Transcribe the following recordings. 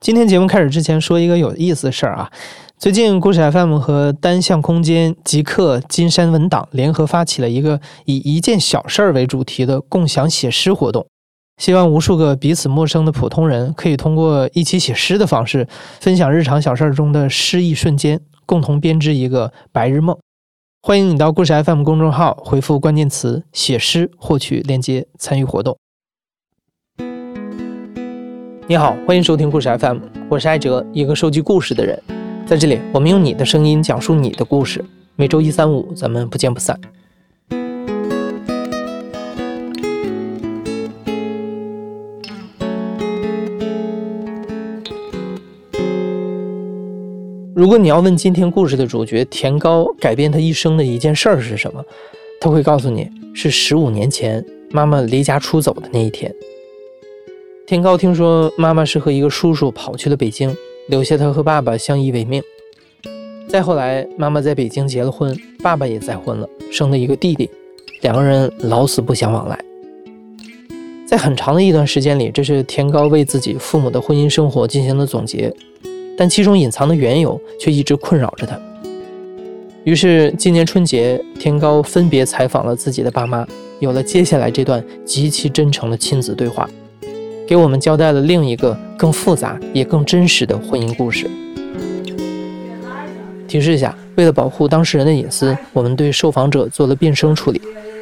今天节目开始之前说一个有意思的事儿啊，最近故事 FM 和单向空间、极客、金山文档联合发起了一个以一件小事儿为主题的共享写诗活动，希望无数个彼此陌生的普通人可以通过一起写诗的方式，分享日常小事中的诗意瞬间，共同编织一个白日梦。欢迎你到故事 FM 公众号回复关键词写诗获取链接参与活动。你好，欢迎收听故事 FM， 我是艾哲，一个收集故事的人。在这里我们用你的声音讲述你的故事，每周一三五咱们不见不散。如果你要问今天故事的主角田高改变他一生的一件事儿是什么，他会告诉你是15年前妈妈离家出走的那一天。田高听说妈妈是和一个叔叔跑去了北京，留下他和爸爸相依为命。再后来妈妈在北京结了婚，爸爸也再婚了，生了一个弟弟，两个人老死不相往来。在很长的一段时间里，这是田高为自己父母的婚姻生活进行了总结，但其中隐藏的缘由却一直困扰着他。于是今年春节，田高分别采访了自己的爸妈，有了接下来这段极其真诚的亲子对话，给我们交代了另一个更复杂也更真实的婚姻故事。提示一下，为了保护当事人的隐私，我们对受访者做了变声处理。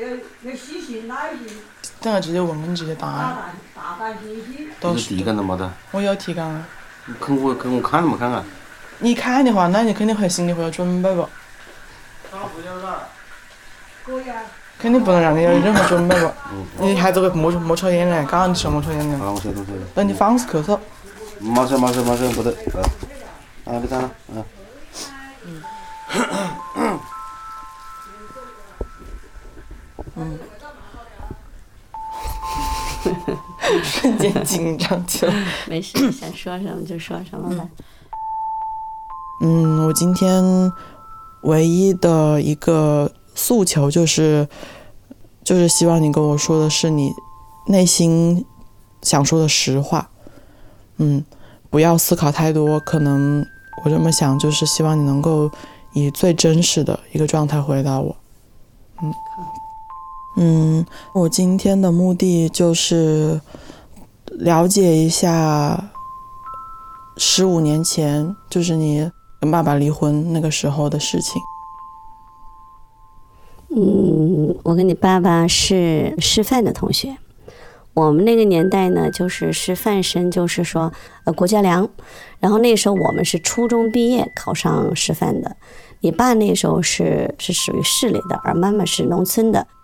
等下直接问问直接答案。 都是提纲都没得。 我有提纲啊。 跟我看都没看啊。 你看的话，那你肯定会心里会有准备吧？肯定不能让你有任何准备吧？你孩子会抹出眼泪，刚刚你说抹出眼泪。 好了，我晓得。 等你方式咳嗽。 马上不得。啊，你看了， 瞬间紧张起来。 没事，想说什么就说什么吧。 我今天唯一的一个诉求就是希望你跟我说的是你内心想说的实话。不要思考太多，可能我这么想就是希望你能够以最真实的一个状态回答我。我今天的目的就是了解一下15年前，就是你跟爸爸离婚那个时候的事情。 我跟你爸爸是师范的同学，我们那个年代呢，就是师范生，就是说国家粮，然后那时候我们是初中毕业考上师范的，你爸那时候是属于市里的，而妈妈是农村的。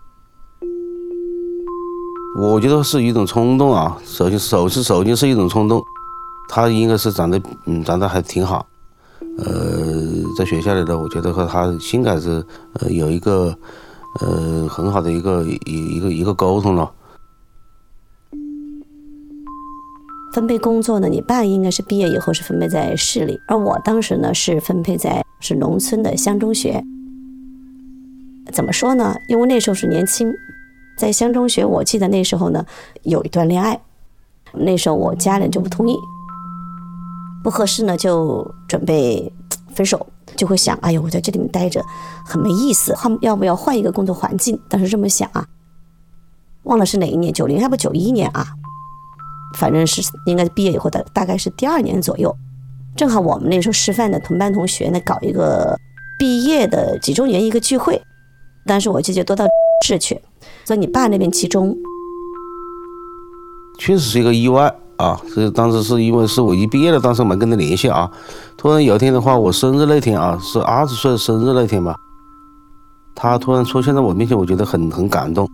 我觉得是一种冲动啊，首先是一种冲动，他应该是长得还挺好，在学校里的，我觉得和他性格是有一个很好的一个沟通了。 分配工作呢，你爸应该是毕业以后是分配在市里，而我当时呢是分配在农村的乡中学。怎么说呢？因为那时候是年轻，在乡中学，我记得那时候呢有一段恋爱，那时候我家人就不同意，不合适呢就准备分手，就会想，哎呦，我在这里面待着很没意思，要不要换一个工作环境？当时这么想啊，忘了是哪一年，90还不91年啊，反正是应该毕业以后的大概是第2年左右，正好我们那时候师范的同班同学呢搞一个毕业的几周年一个聚会，当时我姐姐都到市去，所以你爸那边集中。 确实是一个意外啊！当时是因为是我一毕业了，当时没跟他联系啊。突然有一天的话，我生日那天啊，是20岁生日那天吧，他突然出现在我面前，我觉得很感动。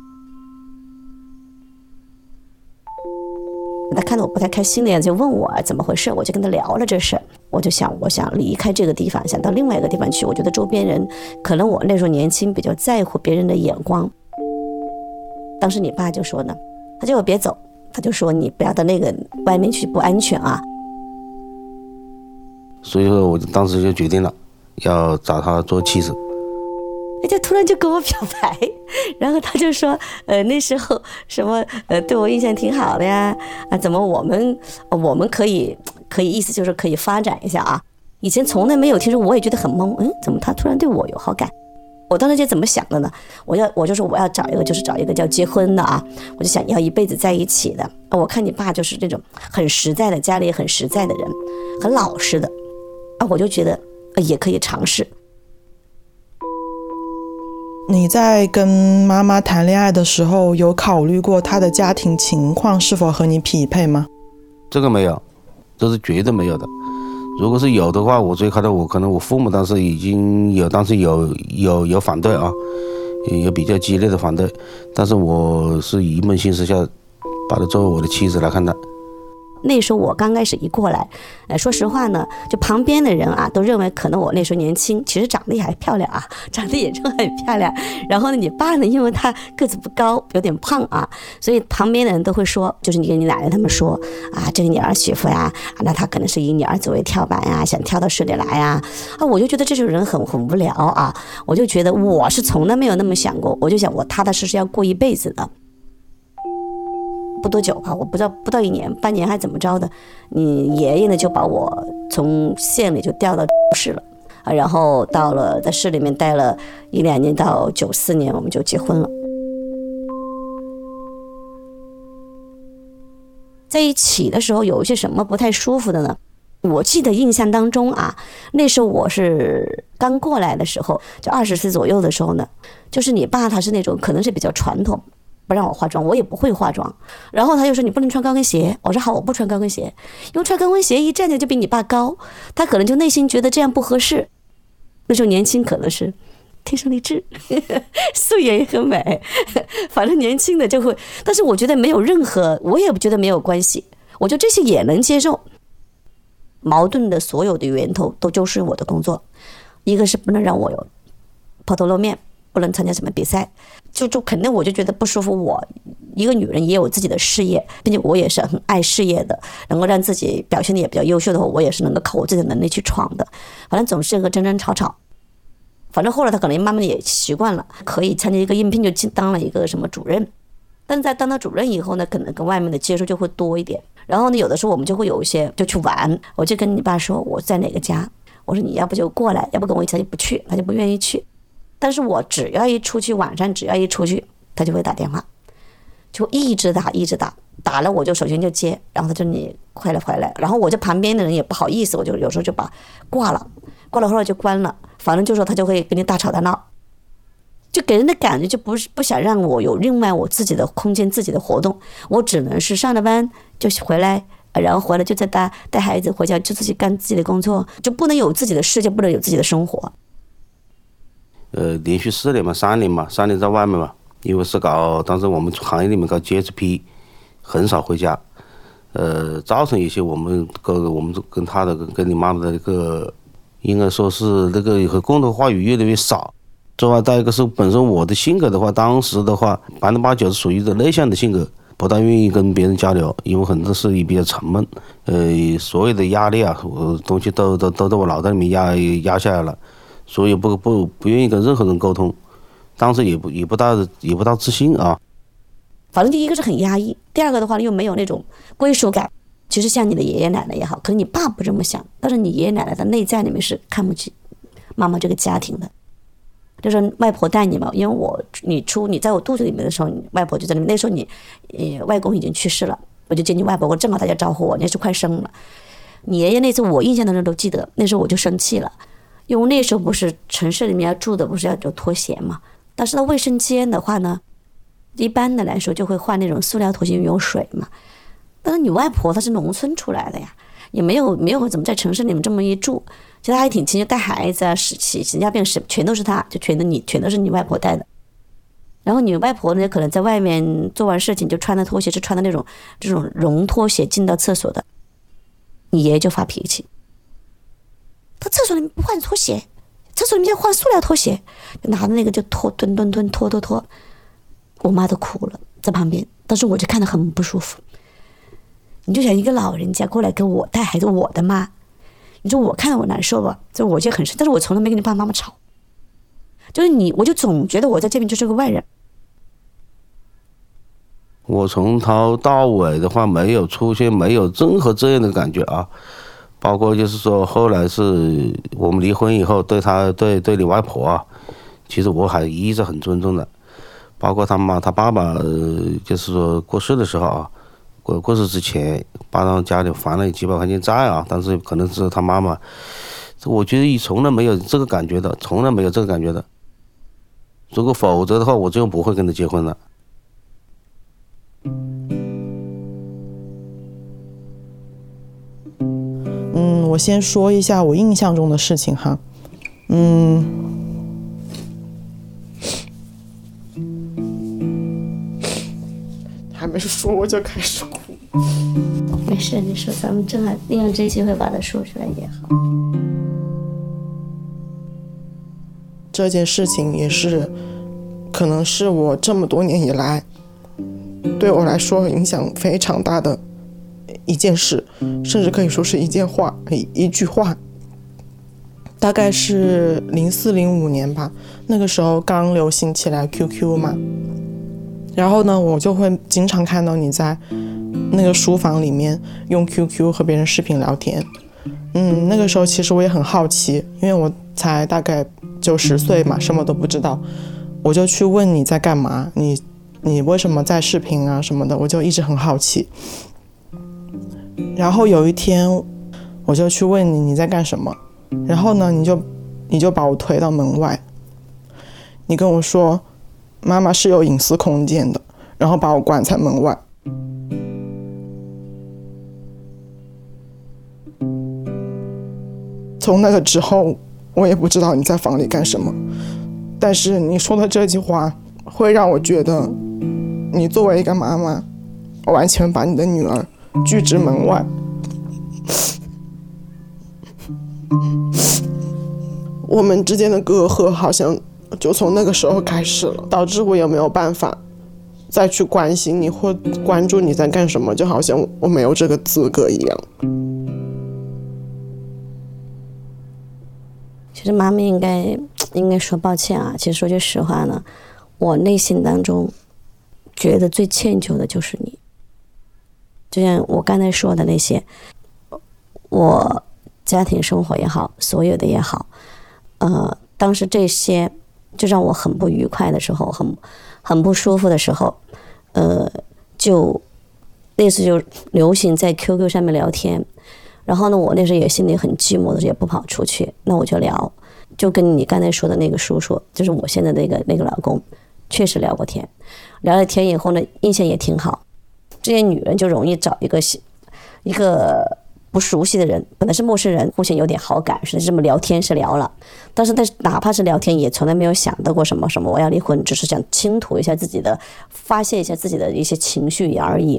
他看到我不太开心的样子，就问我怎么回事，我就跟他聊了这事，我想离开这个地方，想到另外一个地方去。我觉得周边人可能我那时候年轻，比较在乎别人的眼光。当时你爸就说呢，他叫我别走，他就说你不要到那个外面去，不安全啊。 所以说我当时就决定了要找他做妻子。 就突然就跟我表白，然后他就说那时候什么对我印象挺好的呀，怎么我们可以可以意思就是可以发展一下啊。以前从来没有听说，我也觉得很懵，怎么他突然对我有好感？我当时就怎么想的呢？我就说我要找一个叫结婚的啊，我就想要一辈子在一起的。我看你爸就是这种很实在的，家里也很实在的人，很老实的啊，我就觉得也可以尝试。 你在跟妈妈谈恋爱的时候，有考虑过她的家庭情况是否和你匹配吗？ 这个没有，这是绝对没有的。如果是有的话，我最开头可能我父母当时已经有，当时有反对啊，有比较激烈的反对，但是我是一门心思下把她作为我的妻子来看待。 那时候我刚开始一过来，说实话呢，就旁边的人啊都认为可能我那时候年轻，其实长得也还漂亮啊，长得也真很漂亮。然后呢，你爸呢，因为他个子不高，有点胖啊，所以旁边的人都会说，就是你跟你奶奶他们说啊，这个你儿媳妇呀，那他可能是以你儿子为跳板呀，想跳到市里来呀。我就觉得这种人很无聊啊，我就觉得我是从来没有那么想过，我就想我踏踏实实要过一辈子的。不多久吧，我不到1年半年还怎么着的，你爷爷呢就把我从县里就调到市了，然后到了在市里面待了1、2年，到94年我们就结婚了。在一起的时候有一些什么不太舒服的呢？我记得印象当中啊，那时候我是刚过来的时候，就20岁左右的时候呢，就是你爸他是那种可能是比较传统，不让我化妆，我也不会化妆，然后他就说你不能穿高跟鞋，我说好，我不穿高跟鞋，因为穿高跟鞋一站起来就比你爸高，他可能就内心觉得这样不合适。那时候年轻可能是天生丽质，素颜也很美，反正年轻的就会，但是我觉得没有任何，我也觉得没有关系，我觉得这些也能接受。矛盾的所有的源头都就是我的工作，一个是不能让我有抛头露面，不能参加什么比赛，就肯定我就觉得不舒服。我一个女人也有自己的事业，并且我也是很爱事业的，能够让自己表现的也比较优秀的话，我也是能够靠我自己的能力去闯的。反正总是个争争吵吵，反正后来他可能慢慢的也习惯了，可以参加一个应聘就当了一个什么主任，但是在当到主任以后呢，可能跟外面的接触就会多一点。然后呢，有的时候我们就会有一些就去玩，我就跟你爸说我在哪个家，我说你要不就过来，要不跟我一起，他就不去，他就不愿意去。但是我只要一出去，晚上只要一出去，他就会打电话，就一直打，打了我就首先就接，然后他就你快来回来，然后我这旁边的人也不好意思，我就有时候就把挂了后来就关了，反正就说他就会跟你大吵大闹，就给人的感觉就不想让我有另外我自己的空间、自己的活动，我只能是上了班就回来，然后回来就再带孩子回家，就自己干自己的工作，就不能有自己的世界，不能有自己的生活。 连续4年嘛，3年嘛，3年在外面嘛，因为是当时我们行业里面搞 GSP， 很少回家，造成一些我们跟他的跟你妈妈的一个，应该说是那个和共同话语越来越少。之外，再一个是本身我的性格的话，当时的话8%-9%是属于的内向的性格，不大愿意跟别人交流，因为很多事也比较沉闷，所有的压力啊，东西都在我脑袋里面压下来了。所以不愿意跟任何人沟通，当时也不大自信啊。 反正第一个是很压抑，第二个的话又没有那种归属感。其实像你的爷爷奶奶也好，可能你爸不这么想，但是你爷爷奶奶的内在里面是看不起妈妈这个家庭的。就是外婆带你嘛，因为你在我肚子里面的时候，你外婆就在那边。那时候你外公已经去世了，我就接你外婆，我正好大家招呼我，那时候快生了。你爷爷那次我印象当中都记得，那时候我就生气了。因为那时候不是城市里面要住的不是要有拖鞋嘛，但是到卫生间的话呢，一般的来说就会换那种塑料拖鞋有水嘛。但是你外婆她是农村出来的呀，也没有怎么在城市里面这么一住，其实她还挺勤，就带孩子啊，洗家便全都是她，就全都是你外婆带的。然后你外婆呢，可能在外面做完事情就穿的拖鞋是穿的这种绒拖鞋进到厕所的，你爷爷就发脾气。他厕所里面不换拖鞋，厕所里面要换塑料拖鞋，就拿着那个就蹲拖，我妈都哭了在旁边，但是我就看得很不舒服。你就想一个老人家过来给我带孩子，我的妈，你说我看得我难受吧，就我就很生，但是我从来没跟你爸爸妈妈吵，就是我就总觉得我在这边就是个外人。 我从头到尾的话没有出现，没有任何这样的感觉啊。 包括就是说后来是我们离婚以后，对对你外婆啊，其实我还一直很尊重的。包括他爸爸，就是说过世的时候啊，过世之前，爸爸家里还了几百块钱债啊，但是可能是他妈妈，我觉得从来没有这个感觉的，从来没有这个感觉的。如果否则的话，我就不会跟他结婚了。 我先说一下我印象中的事情哈。还没说我就开始哭。 没事，你说，咱们正好利用这机会把它说出来也好。 这件事情也是，可能是我这么多年以来，对我来说影响非常大的一件事，甚至可以说是一句话。大概是04、05年吧，那个时候刚流行起来 QQ 嘛。然后呢，我就会经常看到你在那个书房里面用 QQ 和别人视频聊天。那个时候其实我也很好奇，因为我才大概9、10岁嘛，什么都不知道，我就去问你在干嘛，你为什么在视频啊什么的，我就一直很好奇。然后有一天我就去问你在干什么，然后呢你就把我推到门外，你跟我说妈妈是有隐私空间的，然后把我关在门外。从那个之后我也不知道你在房里干什么，但是你说的这句话会让我觉得你作为一个妈妈完全把你的女儿拒之门外。我们之间的隔阂好像就从那个时候开始了，导致我也没有办法再去关心你或关注你在干什么，就好像我没有这个资格一样。 其实妈妈应该说抱歉啊。其实说句实话呢，我内心当中觉得最歉疚的就是你。就像我刚才说的那些，我家庭生活也好，所有的也好，当时这些就让我很不愉快的时候，很不舒服的时候，就类似就流行在 QQ 上面聊天。然后呢，我那时候也心里很寂寞的时候，也不跑出去，那我就聊，就跟你刚才说的那个叔叔，就是我现在那个老公，确实聊过天。聊了天以后呢，印象也挺好。这些女人就容易找一个不熟悉的人，本来是陌生人，互相有点好感，是这么聊天是聊了，但是哪怕是聊天，也从来没有想到过什么我要离婚，只是想倾吐一下自己的，发泄一下自己的一些情绪而已。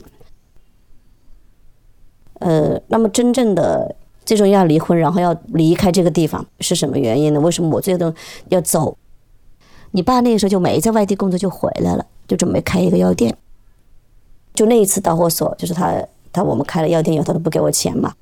那么真正的这种要离婚，然后要离开这个地方是什么原因呢？为什么我最终要走？你爸那个时候就没在外地工作，就回来了，就准备开一个药店。就那一次导火索，就是我们开了药店以后，他都不给我钱嘛。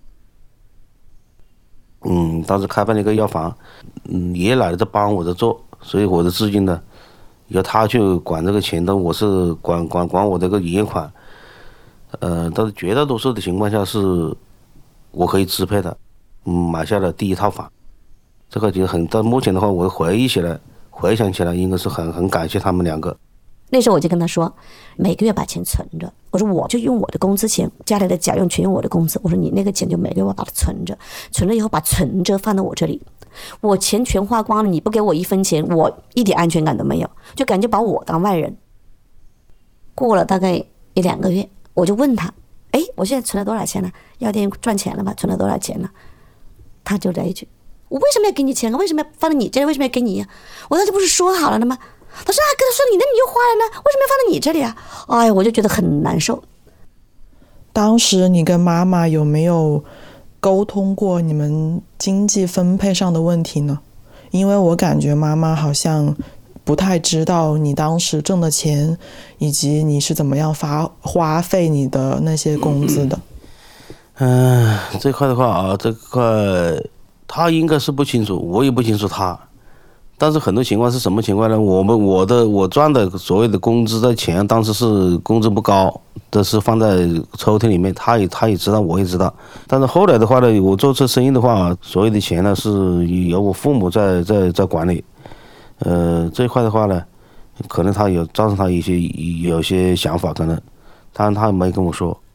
当时开办了一个药房，爷爷奶奶在帮我在做，所以我的资金呢，由他去管这个钱的，我是管我这个营业款。但是绝大多数的情况下是我可以支配的，买下了第一套房。这个就到目前的话，我回想起来，应该是很感谢他们两个。 那时候我就跟他说，每个月把钱存着。我说我就用我的工资钱，家里的家用全用我的工资。我说你那个钱就每个月我把它存着，存了以后把存折放到我这里。我钱全花光了，你不给我1分钱，我一点安全感都没有，就感觉把我当外人。过了大概1、2个月，我就问他，我现在存了多少钱了？药店赚钱了吧？存了多少钱了？他就来一句，我为什么要给你钱啊？为什么要放到你这里？为什么要给你呀？我当时不是说好了的吗？他说跟他说你的你就花了呢，为什么要放到你这里啊？哎呀，我就觉得很难受。 当时你跟妈妈有没有沟通过你们经济分配上的问题呢？因为我感觉妈妈好像不太知道你当时挣的钱，以及你是怎么样花费你的那些工资的。 这块的话啊，这块他应该是不清楚，我也不清楚他。但是很多情况是什么情况呢？我赚的所谓的工资的钱，当时是工资不高， 都是放在抽屉里面，他也知道，我也知道。但是后来的话呢，我做这生意的话，所有的钱呢是由我父母在管理。这一块的话呢，可能他有造成他有些想法，可能，但他没跟我说。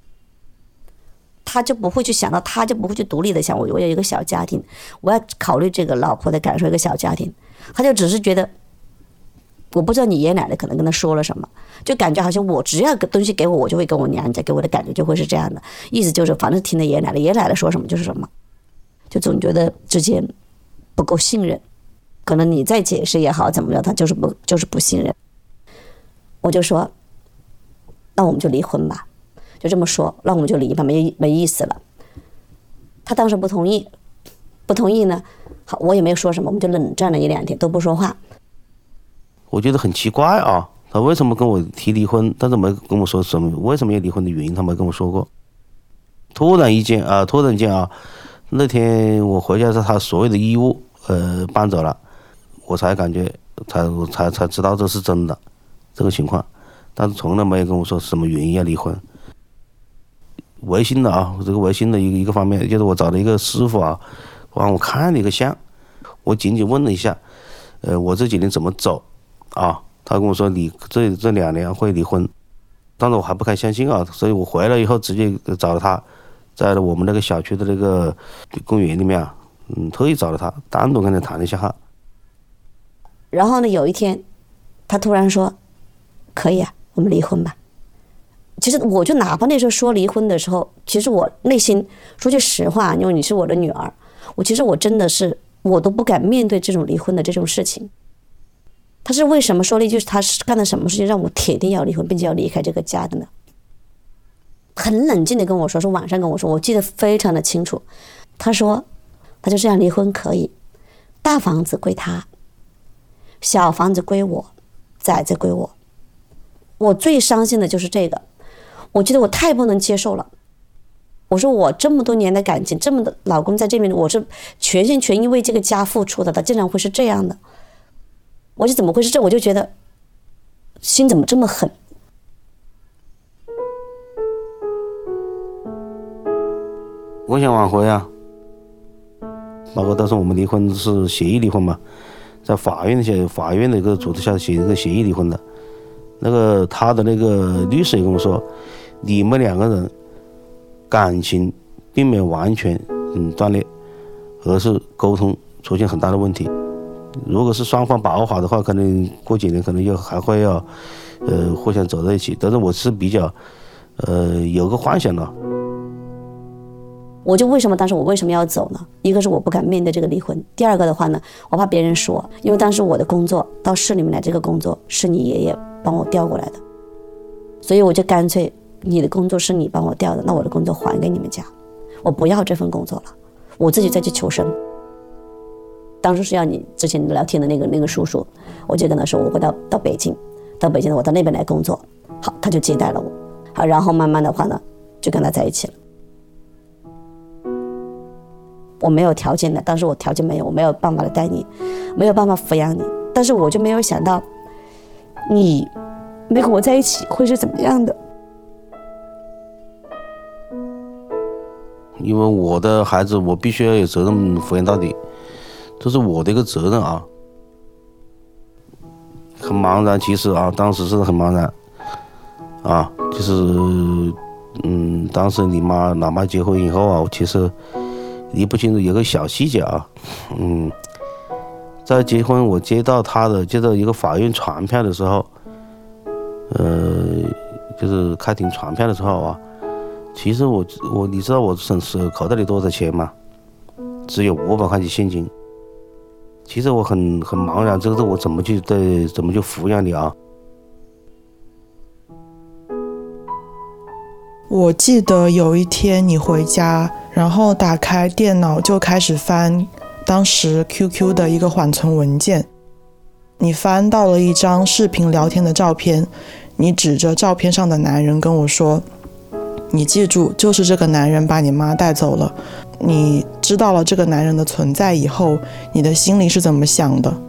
他就不会去想到，他就不会去独立的想，我有一个小家庭，我要考虑这个老婆的感受，一个小家庭，他就只是觉得，我不知道你爷爷奶奶可能跟他说了什么，就感觉好像我只要东西给我，我就会跟我娘家，给我的感觉就会是这样的，意思就是反正听了爷爷奶奶说什么就是什么，就总觉得之间不够信任，可能你再解释也好怎么着，他就是不信任。我就说，那我们就离婚吧。就这么说，那我们就离吧，没意思了。他当时不同意呢，好，我也没有说什么，我们就冷战了1-2天，都不说话。 我觉得很奇怪啊，他为什么跟我提离婚，但是没跟我说什么为什么要离婚的原因，他没跟我说过。突然间啊，那天我回家时，他所有的衣物搬走了，我才感觉才知道这是真的这个情况，但是从来没有跟我说什么原因要离婚。唯心的啊，这个唯心的一个方面，就是我找了一个师傅啊，帮我看了一个相，我仅仅问了一下，我这几年怎么走啊？他跟我说你这2年会离婚，但是我还不太相信啊，所以我回来以后直接找了他，在我们那个小区的那个公园里面啊，特意找了他，单独跟他谈了一下哈。 然后呢，有一天，他突然说，可以啊，我们离婚吧。其实我就哪怕那时候说离婚的时候，其实我内心说句实话，因为你是我的女儿，其实我真的是我都不敢面对这种离婚的这种事情。他是为什么说了一句他是干了什么事情让我铁定要离婚，并且要离开这个家的呢？很冷静的跟我说，晚上跟我说，我记得非常的清楚。他说他就这样离婚可以，大房子归他，小房子归我，崽子归我。我最伤心的就是这个，我觉得我太不能接受了。我说我这么多年的感情，这么的老公在这边，我是全心全意为这个家付出的，他竟然会是这样的，我就怎么会是这？我就觉得心怎么这么狠。 我想挽回啊，包括当时我们离婚是协议离婚嘛，在法院的一个组织下写一个协议离婚的。那个他的那个律师也跟我说，你们2个人感情并没有完全断裂，而是沟通出现很大的问题。如果是双方把握好的话，可能过几年可能还会要互相走在一起。但是我是比较有个幻想的。 我就当时我为什么要走呢？一个是我不敢面对这个离婚，第二个的话呢，我怕别人说，因为当时我的工作到市里面来，这个工作是你爷爷帮我调过来的，所以我就干脆你的工作是你帮我调的，那我的工作还给你们家，我不要这份工作了，我自己再去求生。当时是要你之前聊天的那个叔叔，我就跟他说我会到北京，我到那边来工作。好，他就接待了我，好，然后慢慢的话呢，就跟他在一起了。我没有条件的，当时我条件没有，我没有办法来带你，没有办法抚养你，但是我就没有想到你没跟我在一起会是怎么样的。 因为我的孩子我必须要有责任抚养到底，这是我的一个责任啊。很茫然，其实啊，当时是很茫然啊，就是当时老妈结婚以后啊，其实理不清楚有个小细节啊，在结婚我接到一个法院传票的时候，就是开庭传票的时候啊，其实你知道我口袋里多少钱吗？只有500块钱现金。其实我很茫然，这个我怎么去抚养你啊？ 我记得有一天你回家，然后打开电脑就开始翻当时 QQ 的一个缓存文件，你翻到了一张视频聊天的照片，你指着照片上的男人跟我说，你记住，就是这个男人把你妈带走了。你知道了这个男人的存在以后，你的心里是怎么想的？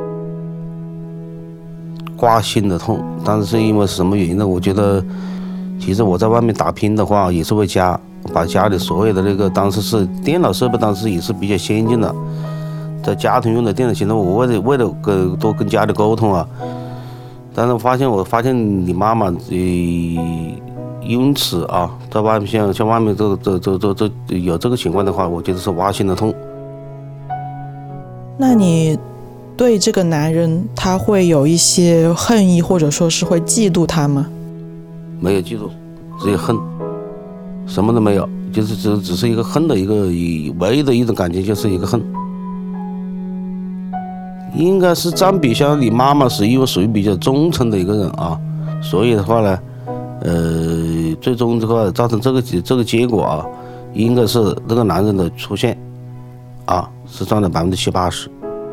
刮心的痛，但是因为什么原因呢？我觉得其实我在外面打拼的话，也是为家，把家里所有的那个当时是电脑设备，当时也是比较先进的，在家庭用的电脑，现在我为了多跟家里沟通啊。但是我发现你妈妈因此啊，在外面像外面这有这个情况的话，我觉得是挖心的痛。 那你对这个男人他会有一些恨意，或者说是会嫉妒他吗？ 没有嫉妒，只有恨，什么都没有，就是只是一个恨的一个唯一的一种感觉，就是一个恨。应该是占比下，你妈妈是因为属于比较忠诚的一个人啊，所以的话呢，最终的话造成这个结果啊，应该是那个男人的出现啊，是占了70-80%。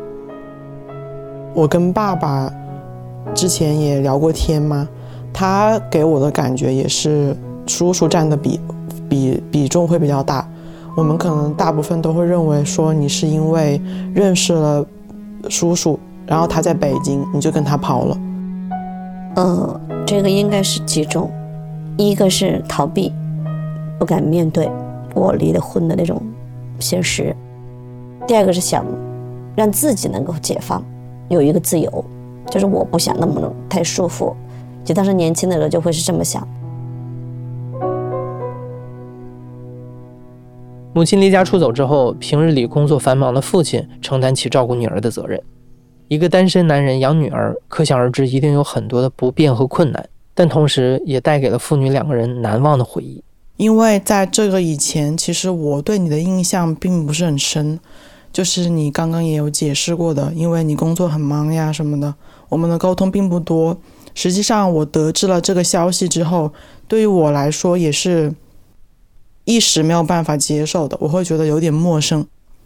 我跟爸爸之前也聊过天嘛，他给我的感觉也是叔叔占的比重会比较大。我们可能大部分都会认为说你是因为认识了叔叔，然后他在北京，你就跟他跑了。 这个应该是几种，一个是逃避，不敢面对我离了婚的那种现实；第二个是想让自己能够解放，有一个自由，就是我不想那么太束缚。就当时年轻的时候就会是这么想。 母亲离家出走之后，平日里工作繁忙的父亲承担起照顾女儿的责任。一个单身男人养女儿，可想而知一定有很多的不便和困难，但同时也带给了父女两个人难忘的回忆。 因为在这个以前，其实我对你的印象并不是很深，就是你刚刚也有解释过的，因为你工作很忙呀什么的，我们的沟通并不多。实际上我得知了这个消息之后，对于我来说也是一时没有办法接受的，我会觉得有点陌生。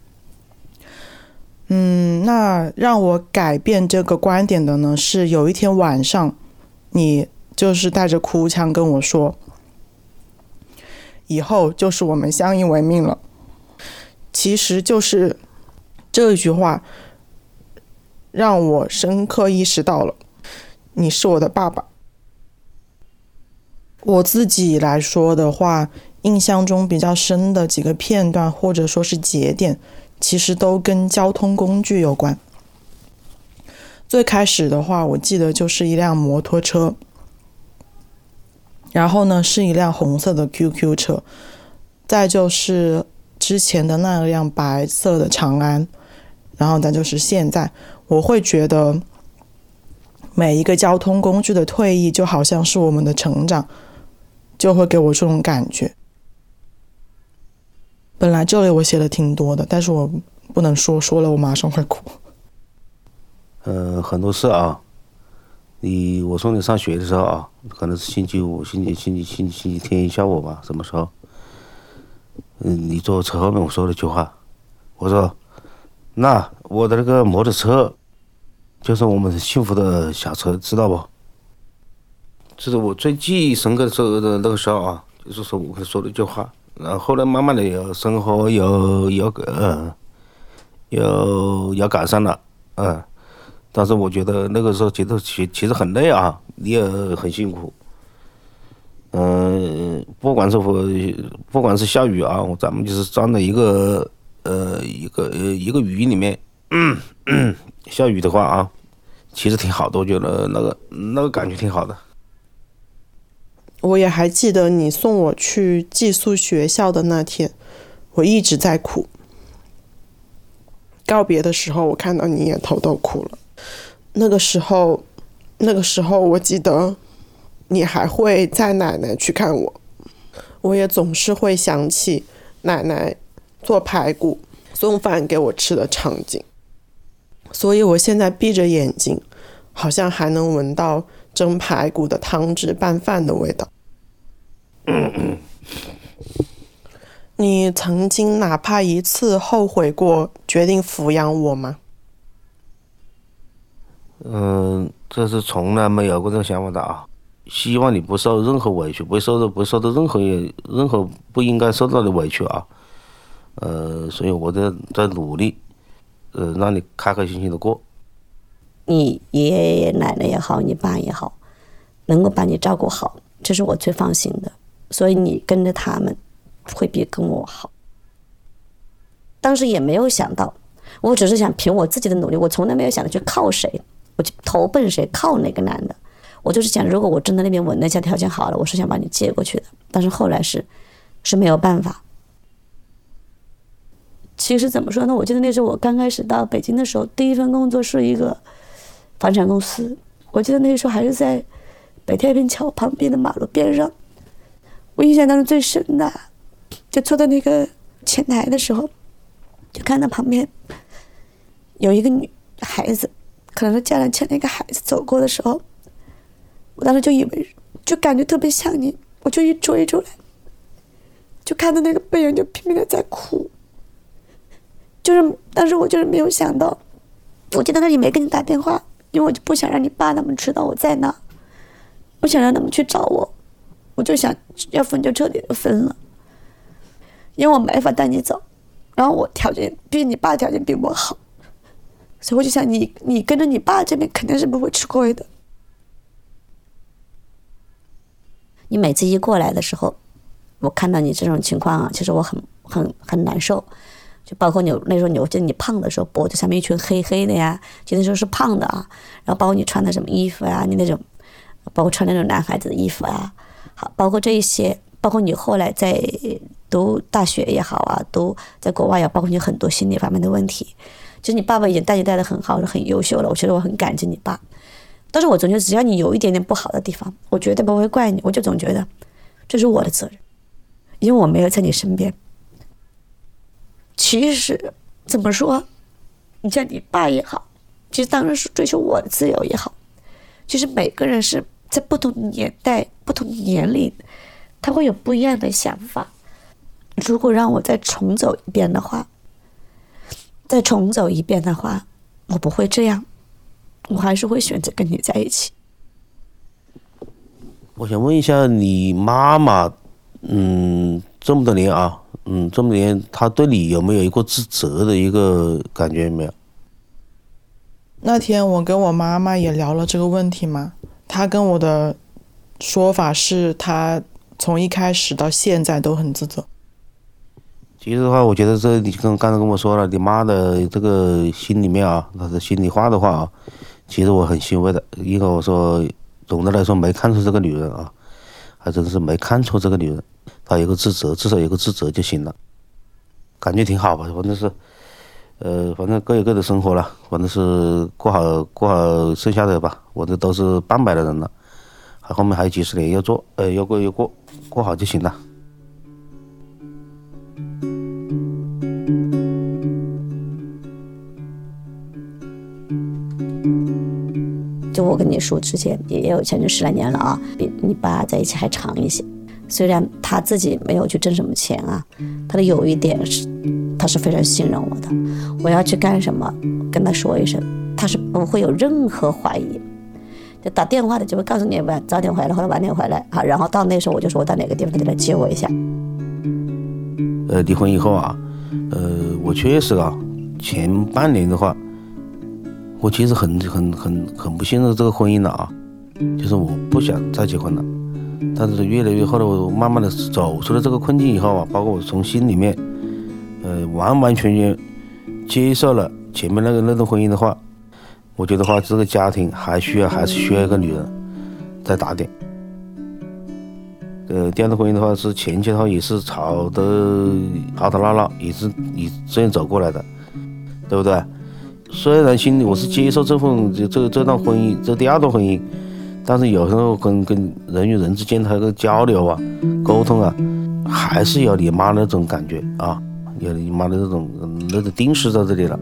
那让我改变这个观点的呢，是有一天晚上，你就是带着哭腔跟我说，以后就是我们相依为命了。其实就是这一句话让我深刻意识到了，你是我的爸爸。我自己来说的话，印象中比较深的几个片段或者说是节点，其实都跟交通工具有关。最开始的话，我记得就是一辆摩托车，然后呢是一辆红色的 QQ 车，再就是之前的那辆白色的长安，然后再就是现在。我会觉得每一个交通工具的退役就好像是我们的成长，就会给我这种感觉。本来这里我写的挺多的，但是我不能说了我马上会哭。 很多事啊，我送你上学的时候啊，可能是星期五、星期天下午吧，什么时候？你坐车后面我说了句话，我说，那我的那个摩托车就是我们幸福的小车，知道不？这是我最记忆深刻的时候的那个时候啊，就是说我说了一句话，然后后来慢慢的有生活有改善了，但是我觉得那个时候觉得其实很累啊，你也很辛苦。不管是下雨啊，咱们就是站在一个雨里面，下雨的话啊，其实挺好的，我觉得那个感觉挺好的。 我也还记得你送我去寄宿学校的那天，我一直在哭。告别的时候，我看到你也偷偷哭了。那个时候我记得你还会载奶奶去看我，我也总是会想起奶奶做排骨送饭给我吃的场景，所以我现在闭着眼睛，好像还能闻到蒸排骨的汤汁拌饭的味道。你曾经哪怕一次后悔过决定抚养我吗？ 这是从来没有过这个想法的啊。希望你不受任何委屈，不受到任何不应该受到的委屈啊。所以我在努力，让你开开心心的过。 你爷爷奶奶也好，你爸也好，能够把你照顾好， 这是我最放心的，所以你跟着他们会比跟我好。当时也没有想到，我只是想凭我自己的努力，我从来没有想着去靠谁，我去投奔谁，靠哪个男的。我就是想，如果我真的那边稳定下条件好了，我是想把你接过去的。但是后来是没有办法。其实怎么说呢？我记得那时候我刚开始到北京的时候，第一份工作是一个房产公司。我记得那时候还是在北太平桥旁边的马路边上。我印象当中最深的，就坐在那个前台的时候，就看到旁边有一个女孩子，可能是家人牵了一个孩子走过的时候，我当时就以为，就感觉特别像你，我就一追出来，就看到那个背影就拼命的在哭。但是我就是没有想到，我记得那里没跟你打电话，因为我就不想让你爸他们知道我在那，我想让他们去找我，我就想要分就彻底的分了，因为我没法带你走，然后我条件比你爸条件比我好，所以我就想你跟着你爸这边肯定是不会吃亏的。你每次一过来的时候，我看到你这种情况啊，其实我很难受。就包括那时候我记得你胖的时候，脖子上面一圈黑黑的呀，其实那时候是胖的啊。然后包括你穿的什么衣服啊，你那种，包括穿那种男孩子的衣服啊，好，包括这一些，包括你后来在读大学也好啊，都在国外也好，包括你很多心理方面的问题，其实你爸爸已经带你带得很好，是很优秀了。我觉得我很感激你爸，但是我总觉得只要你有一点点不好的地方，我绝对不会怪你，我就总觉得这是我的责任，因为我没有在你身边。其实怎么说，你像你爸也好，其实当然是追求我的自由也好，其实每个人是在不同的年代不同的年龄，他会有不一样的想法。如果让我再重走一遍的话，我不会这样，我还是会选择跟你在一起。 我想问一下你妈妈，这么多年啊，这么多年，她对你有没有一个自责的一个感觉没有？ 那天我跟我妈妈也聊了这个问题嘛，她跟我的说法是，她从一开始到现在都很自责。 其实的话，我觉得你刚才跟我说了，你妈的这个心里面啊，她的心里话的话啊，其实我很欣慰的，因为我说总的来说没看出这个女人啊，还真是没看出这个女人。他有个自责，至少有个自责就行了，感觉挺好吧。反正是，反正各有各的生活了，反正是过好剩下的吧。我这都是半百的人了，后面还有几十年要做，要过好就行了。 就我跟你叔之间也有将近10来年了啊，比你爸在一起还长一些。虽然他自己没有去挣什么钱啊，他的有一点是，他是非常信任我的。我要去干什么，跟他说一声，他是不会有任何怀疑。就打电话的就会告诉你早点回来或者晚点回来啊，然后到那时候我就说我到哪个地方，你来接我一下。 离婚以后啊，我确实啊，前半年的话，我其实很不信任这个婚姻了啊，就是我不想再结婚了。但是越来越后来，我慢慢的走出了这个困境以后啊，包括我从心里面，完完全全接受了前面那段婚姻的话，我觉得话这个家庭还是需要一个女人再打点。第二段婚姻的话是前期的话也是吵得吵吵闹闹，也是你这样走过来的，对不对？虽然心里我是接受这段婚姻，这第二段婚姻。但是有时候跟人与人之间的交流啊、沟通啊，还是有你妈那种感觉啊，有你妈的那种定势在这里了。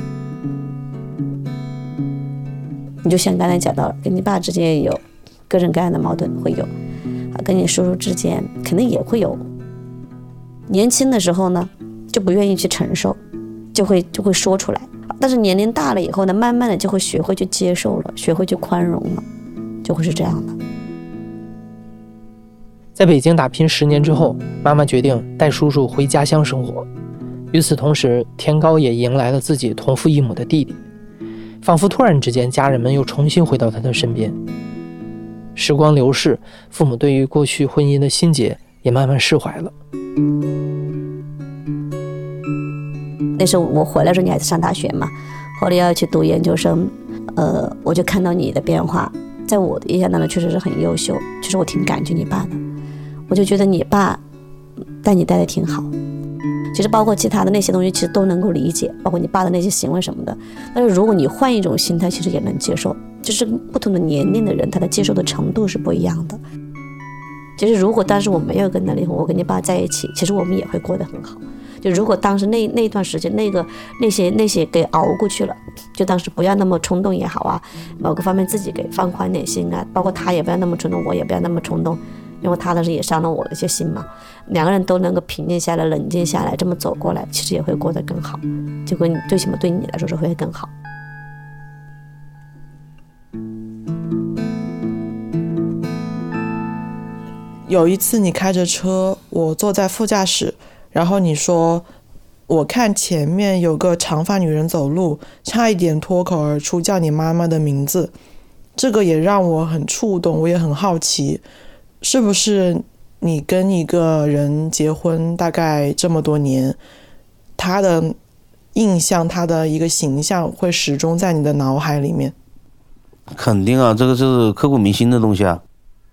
你就像刚才讲到了，跟你爸之间也有各种各样的矛盾，会有啊，跟你叔叔之间肯定也会有。年轻的时候呢，就不愿意去承受，就会说出来。但是年龄大了以后呢，慢慢的就会学会去接受了，学会去宽容了。就会是这样的。 在北京打拼10年之后，妈妈决定带叔叔回家乡生活。与此同时，田高也迎来了自己同父异母的弟弟，仿佛突然之间，家人们又重新回到他的身边。 时光流逝，父母对于过去婚姻的心结也慢慢释怀了。 那时候我回来的时候你还在上大学嘛，后来要去读研究生，我就看到你的变化，在我的印象当中确实是很优秀，其实我挺感激你爸的，我就觉得你爸带你带的挺好。其实包括其他的那些东西其实都能够理解，包括你爸的那些行为什么的，但是如果你换一种心态其实也能接受，就是不同的年龄的人他的接受的程度是不一样的。其实如果当时我没有跟他离婚，我跟你爸在一起，其实我们也会过得很好。就如果当时那段时间那些给熬过去了，就当时不要那么冲动也好啊，某个方面自己给放宽点心啊，包括他也不要那么冲动，我也不要那么冲动，因为他当时也伤了我的一些心嘛，两个人都能够平静下来冷静下来，这么走过来其实也会过得更好，就会最起码对你来说是会更好。 有一次你开着车，我坐在副驾驶，然后你说我看前面有个长发女人走路，差一点脱口而出叫你妈妈的名字，这个也让我很触动，我也很好奇，是不是你跟一个人结婚大概这么多年，他的印象他的一个形象会始终在你的脑海里面？ 肯定啊，这个是刻骨铭心的东西啊。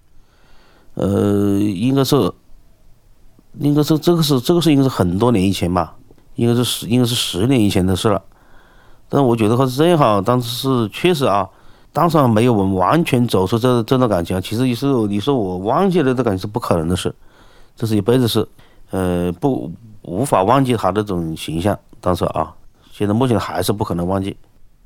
应该是这个是应该是很多年以前吧，应该是10年以前的事了。但我觉得还是这样哈，当时是确实啊，当时没有完全走出这段感情啊。其实你说我忘记了这感情是不可能的事，这是一辈子事，无法忘记他的这种形象。当时啊，现在目前还是不可能忘记。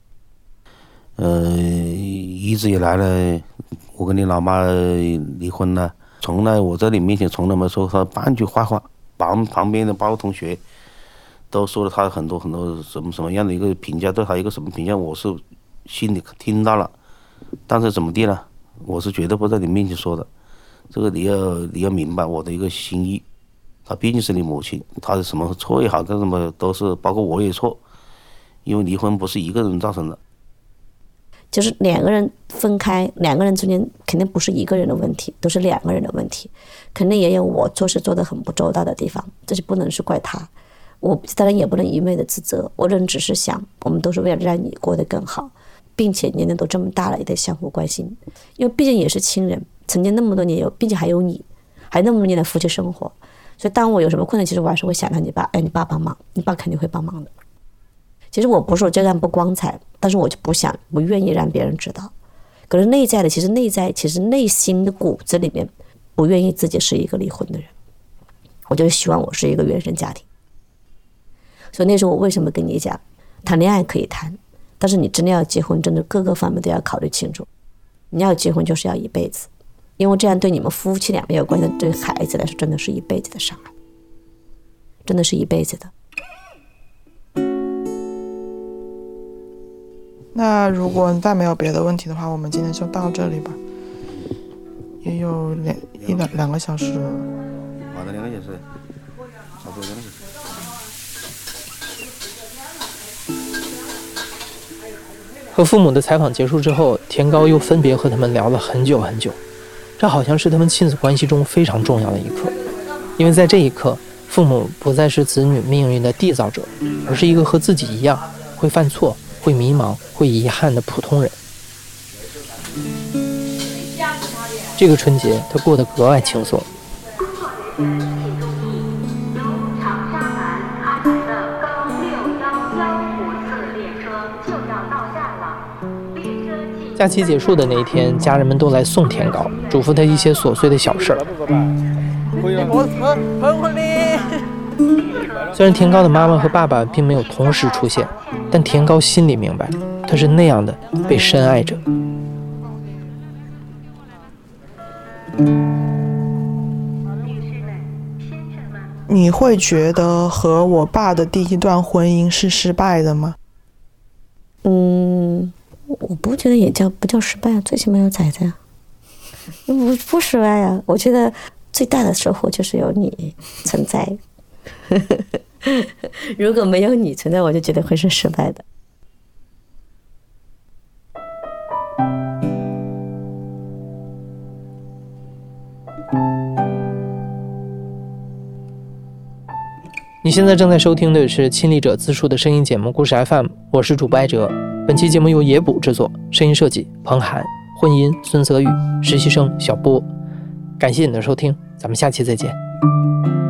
一直以来呢，我跟你老妈离婚了，从来我在你面前从来没说她半句坏话，旁边的包括同学都说了她很多什么样的一个评价，对她一个什么评价，我是心里听到了，但是怎么地呢？我是绝对不在你面前说的，这个你要明白我的一个心意。她毕竟是你母亲，她的什么错也好，干什么都是，包括我也错，因为离婚不是一个人造成的。 就是两个人分开，两个人之间肯定不是一个人的问题，都是两个人的问题，肯定也有我做事做得很不周到的地方，这是不能是怪他，我当然也不能一味的自责，我只是想我们都是为了让你过得更好，并且年龄都这么大了也得相互关心，因为毕竟也是亲人，曾经那么多年并且还有你，还那么多年的夫妻生活，所以当我有什么困难，其实我还是会想到你爸，你爸帮忙，你爸肯定会帮忙的。其实我不是说这样不光彩，但是我就不愿意让别人知道。可是其实内心的骨子里面不愿意自己是一个离婚的人，我就希望我是一个原生家庭。所以那时候我为什么跟你讲，谈恋爱可以谈，但是你真的要结婚，真的各个方面都要考虑清楚。你要结婚就是要一辈子，因为这样对你们夫妻俩没有关系，对孩子来说真的是一辈子的伤害，真的是一辈子的。 那如果再没有别的问题的话，我们今天就到这里吧，也有两个小时了。 好的，2个小时，差不多2个小时。 和父母的采访结束之后，田高又分别和他们聊了很久很久，这好像是他们亲子关系中非常重要的一刻，因为在这一刻，父母不再是子女命运的缔造者，而是一个和自己一样会犯错、会迷茫、会遗憾的普通人。这个春节他过得格外轻松。假期结束的那一天，家人们都来送田高，嘱咐他一些琐碎的小事儿。虽然田高的妈妈和爸爸并没有同时出现，但田高心里明白，他是那样的被深爱着。 你会觉得和我爸的第一段婚姻是失败的吗？ 我不觉得不叫失败啊，最起码有崽子呀。不失败呀，我觉得最大的收获就是有你存在。如果没有你存在，我就觉得会是失败的。 你现在正在收听的是亲历者自述的声音节目故事 FM， 我是主播艾哲。本期节目由野捕制作，声音设计彭涵，混音孙泽宇，实习生小波。感谢你的收听，咱们下期再见。